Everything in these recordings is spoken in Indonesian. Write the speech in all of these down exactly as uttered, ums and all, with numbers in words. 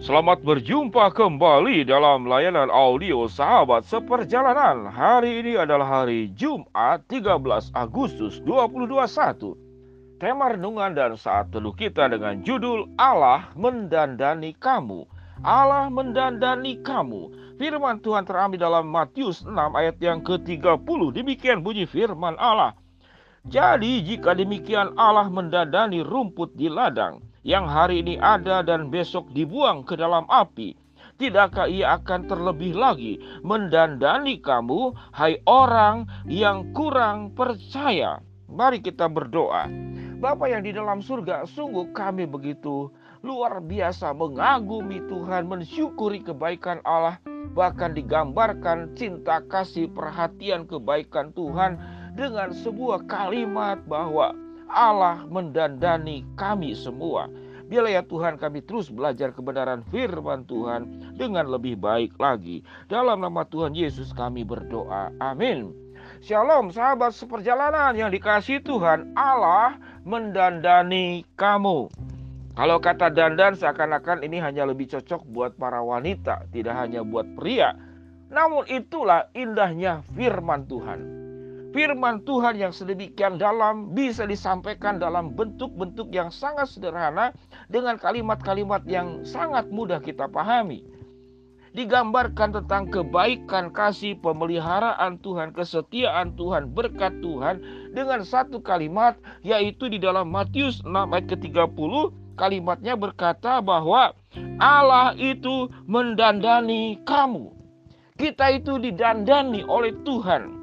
Selamat berjumpa kembali dalam layanan audio Sahabat Seperjalanan. Hari ini adalah hari Jumat tiga belas Agustus dua ribu dua puluh satu. Tema renungan dan saat teduh kita dengan judul Allah mendandani kamu. Allah mendandani kamu. Firman Tuhan terambil dalam Matius enam ayat yang ke tiga puluh. Demikian bunyi firman Allah. Jadi jika demikian Allah mendandani rumput di ladang yang hari ini ada dan besok dibuang ke dalam api, tidakkah ia akan terlebih lagi mendandani kamu, hai orang yang kurang percaya? Mari kita berdoa. Bapa yang di dalam surga, sungguh kami begitu luar biasa mengagumi Tuhan, mensyukuri kebaikan Allah, bahkan digambarkan cinta kasih perhatian kebaikan Tuhan dengan sebuah kalimat bahwa Allah mendandani kami semua. Biarlah ya Tuhan kami terus belajar kebenaran firman Tuhan dengan lebih baik lagi. Dalam nama Tuhan Yesus kami berdoa. Amin. Shalom sahabat seperjalanan yang dikasihi Tuhan. Allah mendandani kamu. Kalau kata dandan seakan-akan ini hanya lebih cocok buat para wanita, tidak hanya buat pria. Namun itulah indahnya firman Tuhan. Firman Tuhan yang sedemikian dalam bisa disampaikan dalam bentuk-bentuk yang sangat sederhana dengan kalimat-kalimat yang sangat mudah kita pahami. Digambarkan tentang kebaikan, kasih, pemeliharaan Tuhan, kesetiaan Tuhan, berkat Tuhan dengan satu kalimat, yaitu di dalam Matius enam ayat ke tiga puluh, kalimatnya berkata bahwa Allah itu mendandani kamu. Kita itu didandani oleh Tuhan.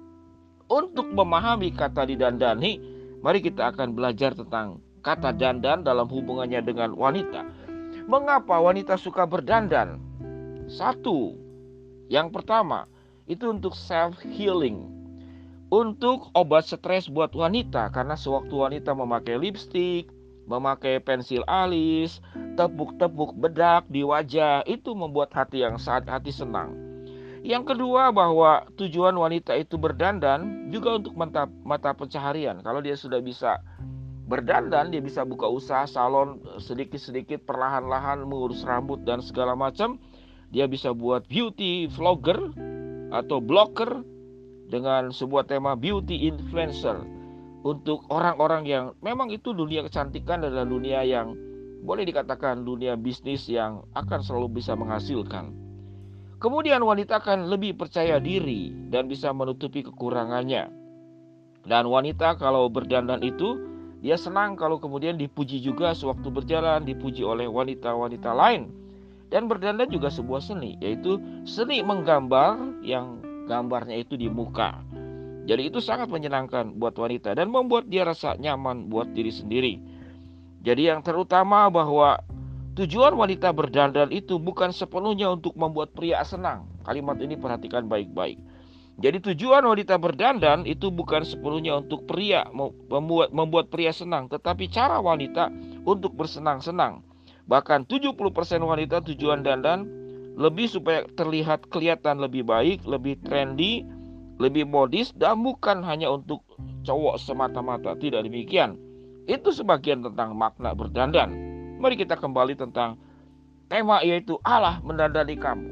Untuk memahami kata didandani, mari kita akan belajar tentang kata dandan dalam hubungannya dengan wanita. Mengapa wanita suka berdandan? Satu, yang pertama, itu untuk self-healing. Untuk obat stres buat wanita, karena sewaktu wanita memakai lipstik, memakai pensil alis, tepuk-tepuk bedak di wajah, itu membuat hati yang saat hati senang. Yang kedua, bahwa tujuan wanita itu berdandan juga untuk mata, mata pencaharian. Kalau dia sudah bisa berdandan, dia bisa buka usaha salon sedikit-sedikit, perlahan-lahan mengurus rambut dan segala macam. Dia bisa buat beauty vlogger atau blogger dengan sebuah tema beauty influencer. Untuk orang-orang yang memang itu dunia kecantikan adalah dunia yang boleh dikatakan dunia bisnis yang akan selalu bisa menghasilkan. Kemudian wanita akan lebih percaya diri dan bisa menutupi kekurangannya. Dan wanita kalau berdandan itu, dia senang kalau kemudian dipuji juga sewaktu berjalan, dipuji oleh wanita-wanita lain. Dan berdandan juga sebuah seni, yaitu seni menggambar yang gambarnya itu di muka. Jadi itu sangat menyenangkan buat wanita dan membuat dia rasa nyaman buat diri sendiri. Jadi yang terutama bahwa tujuan wanita berdandan itu bukan sepenuhnya untuk membuat pria senang. Kalimat ini perhatikan baik-baik. Jadi tujuan wanita berdandan itu bukan sepenuhnya untuk pria membuat membuat pria senang, tetapi cara wanita untuk bersenang-senang. Bahkan tujuh puluh persen wanita tujuan dandan lebih supaya terlihat kelihatan lebih baik, lebih trendy, lebih modis, dan bukan hanya untuk cowok semata-mata. Tidak demikian. Itu sebagian tentang makna berdandan. Mari kita kembali tentang tema, yaitu Allah mendandani kamu.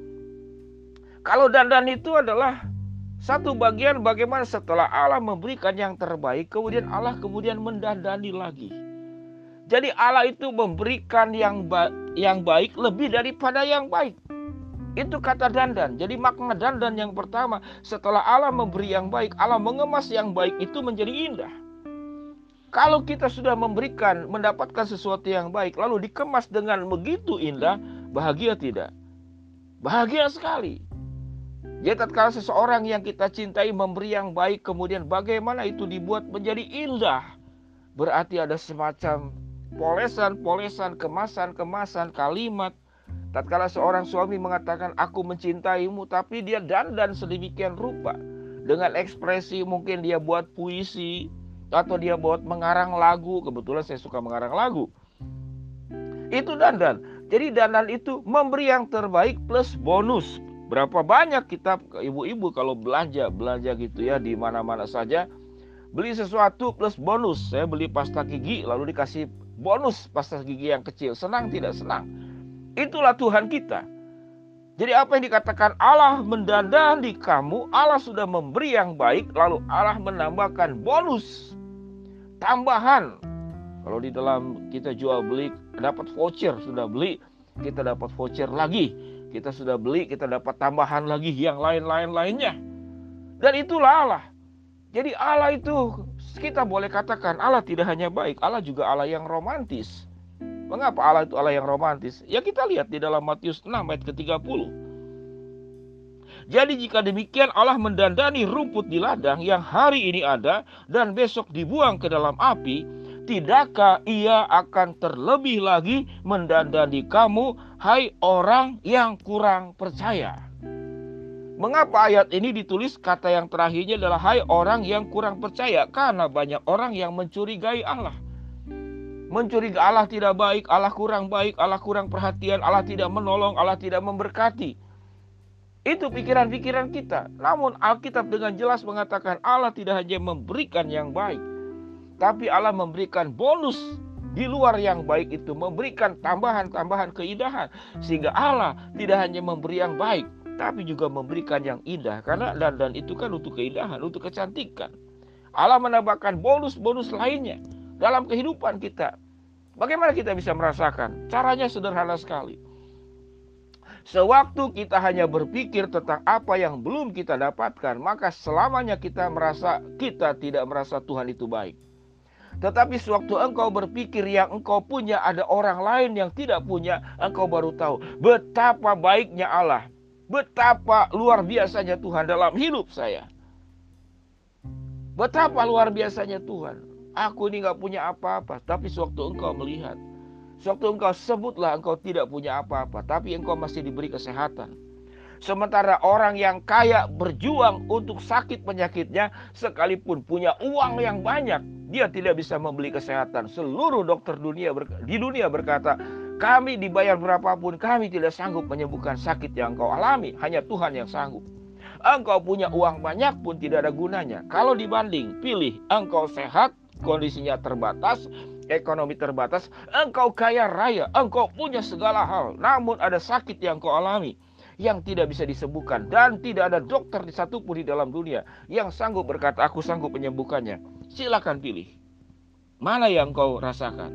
Kalau dandan itu adalah satu bagian bagaimana setelah Allah memberikan yang terbaik, kemudian Allah kemudian mendandani lagi. Jadi Allah itu memberikan yang ba- yang baik lebih daripada yang baik. Itu kata dandan. Jadi makna dandan yang pertama, setelah Allah memberi yang baik, Allah mengemas yang baik itu menjadi indah. Kalau kita sudah memberikan, mendapatkan sesuatu yang baik, lalu dikemas dengan begitu indah, bahagia tidak? Bahagia sekali. Jadi tatkala seseorang yang kita cintai memberi yang baik, kemudian bagaimana itu dibuat menjadi indah, berarti ada semacam polesan-polesan, kemasan-kemasan kalimat. Tatkala seorang suami mengatakan aku mencintaimu, tapi dia dandan sedemikian rupa, dengan ekspresi mungkin dia buat puisi, atau dia buat mengarang lagu. Kebetulan saya suka mengarang lagu. Itu dandan. Jadi dandan itu memberi yang terbaik plus bonus. Berapa banyak kita ibu-ibu kalau belanja, belanja gitu ya di mana-mana saja, beli sesuatu plus bonus. Saya beli pasta gigi lalu dikasih bonus pasta gigi yang kecil. Senang tidak? Senang. Itulah Tuhan kita. Jadi apa yang dikatakan Allah mendandani kamu, Allah sudah memberi yang baik, lalu Allah menambahkan bonus, tambahan. Kalau di dalam kita jual beli, dapat voucher, sudah beli, kita dapat voucher lagi. Kita sudah beli, kita dapat tambahan lagi yang lain-lain lainnya. Dan itulah Allah. Jadi Allah itu, kita boleh katakan Allah tidak hanya baik, Allah juga Allah yang romantis. Mengapa Allah itu Allah yang romantis? Ya kita lihat di dalam Matius enam ayat ke tiga puluh. Jadi jika demikian Allah mendandani rumput di ladang yang hari ini ada dan besok dibuang ke dalam api, tidakkah ia akan terlebih lagi mendandani kamu, hai orang yang kurang percaya? Mengapa ayat ini ditulis kata yang terakhirnya adalah hai orang yang kurang percaya? Karena banyak orang yang mencurigai Allah. Mencurigai Allah tidak baik, Allah kurang baik, Allah kurang perhatian, Allah tidak menolong, Allah tidak memberkati. Itu pikiran-pikiran kita. Namun Alkitab dengan jelas mengatakan Allah tidak hanya memberikan yang baik, tapi Allah memberikan bonus di luar yang baik itu, memberikan tambahan-tambahan keindahan. Sehingga Allah tidak hanya memberi yang baik, tapi juga memberikan yang indah. Karena dandan itu kan untuk keindahan, untuk kecantikan. Allah menambahkan bonus-bonus lainnya dalam kehidupan kita. Bagaimana kita bisa merasakan? Caranya sederhana sekali. Sewaktu kita hanya berpikir tentang apa yang belum kita dapatkan, maka selamanya kita merasa kita tidak merasa Tuhan itu baik. Tetapi sewaktu engkau berpikir yang engkau punya ada orang lain yang tidak punya, engkau baru tahu betapa baiknya Allah, betapa luar biasanya Tuhan dalam hidup saya. Betapa luar biasanya Tuhan. Aku ini gak punya apa-apa, tapi sewaktu engkau melihat, sewaktu engkau sebutlah engkau tidak punya apa-apa, tapi engkau masih diberi kesehatan. Sementara orang yang kaya berjuang untuk sakit penyakitnya, sekalipun punya uang yang banyak, dia tidak bisa membeli kesehatan. Seluruh dokter dunia di dunia berkata, kami dibayar berapapun, kami tidak sanggup menyembuhkan sakit yang engkau alami. Hanya Tuhan yang sanggup. Engkau punya uang banyak pun tidak ada gunanya. Kalau dibanding, pilih engkau sehat, kondisinya terbatas, ekonomi terbatas, engkau kaya raya, engkau punya segala hal, namun ada sakit yang kau alami yang tidak bisa disembuhkan, dan tidak ada dokter di satupun di dalam dunia yang sanggup berkata aku sanggup menyembuhkannya. Silakan pilih mana yang kau rasakan.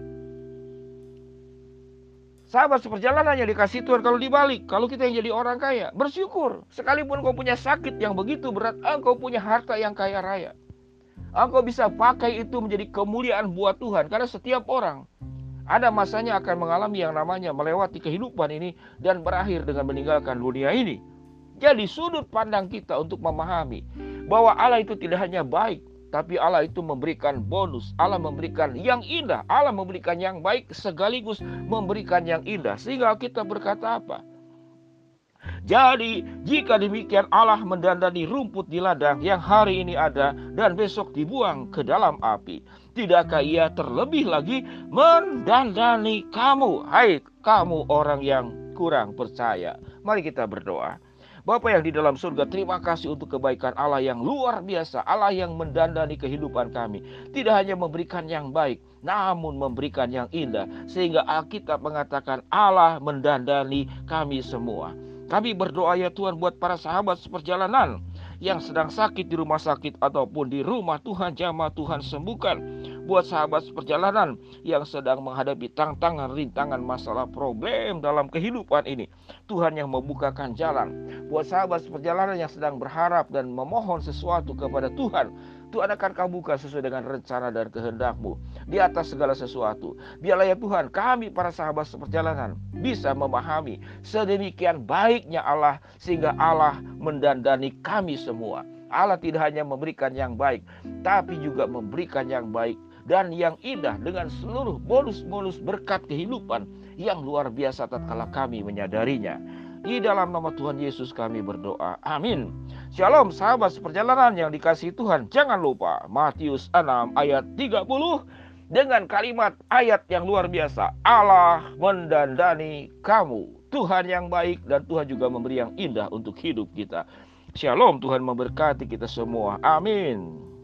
Sahabat seperjalanan yang dikasih Tuhan, kalau dibalik, kalau kita yang jadi orang kaya, bersyukur. Sekalipun kau punya sakit yang begitu berat, engkau punya harta yang kaya raya. Engkau bisa pakai itu menjadi kemuliaan buat Tuhan. Karena setiap orang ada masanya akan mengalami yang namanya melewati kehidupan ini dan berakhir dengan meninggalkan dunia ini. Jadi sudut pandang kita untuk memahami bahwa Allah itu tidak hanya baik, tapi Allah itu memberikan bonus. Allah memberikan yang indah. Allah memberikan yang baik sekaligus memberikan yang indah. Sehingga kita berkata apa? Jadi jika demikian Allah mendandani rumput di ladang yang hari ini ada dan besok dibuang ke dalam api, tidakkah ia terlebih lagi mendandani kamu, hai kamu orang yang kurang percaya? Mari kita berdoa. Bapa yang di dalam surga, terima kasih untuk kebaikan Allah yang luar biasa. Allah yang mendandani kehidupan kami. Tidak hanya memberikan yang baik, namun memberikan yang indah. Sehingga Alkitab mengatakan Allah mendandani kami semua. Kami berdoa ya Tuhan buat para sahabat seperjalanan yang sedang sakit di rumah sakit ataupun di rumah Tuhan, jamah Tuhan sembuhkan. Buat sahabat seperjalanan yang sedang menghadapi tantangan, rintangan, masalah, problem dalam kehidupan ini, Tuhan yang membukakan jalan. Buat sahabat seperjalanan yang sedang berharap dan memohon sesuatu kepada Tuhan, Tuhan akan kabulkan sesuai dengan rencana dan kehendak-Mu di atas segala sesuatu. Biarlah ya Tuhan, kami para sahabat seperjalanan bisa memahami sedemikian baiknya Allah, sehingga Allah mendandani kami semua. Allah tidak hanya memberikan yang baik, tapi juga memberikan yang baik dan yang indah dengan seluruh bonus-bonus berkat kehidupan yang luar biasa tatkala kami menyadarinya. Di dalam nama Tuhan Yesus kami berdoa. Amin. Shalom sahabat seperjalanan yang dikasihi Tuhan. Jangan lupa Matius enam ayat tiga puluh dengan kalimat ayat yang luar biasa. Allah mendandani kamu. Tuhan yang baik dan Tuhan juga memberi yang indah untuk hidup kita. Shalom, Tuhan memberkati kita semua. Amin.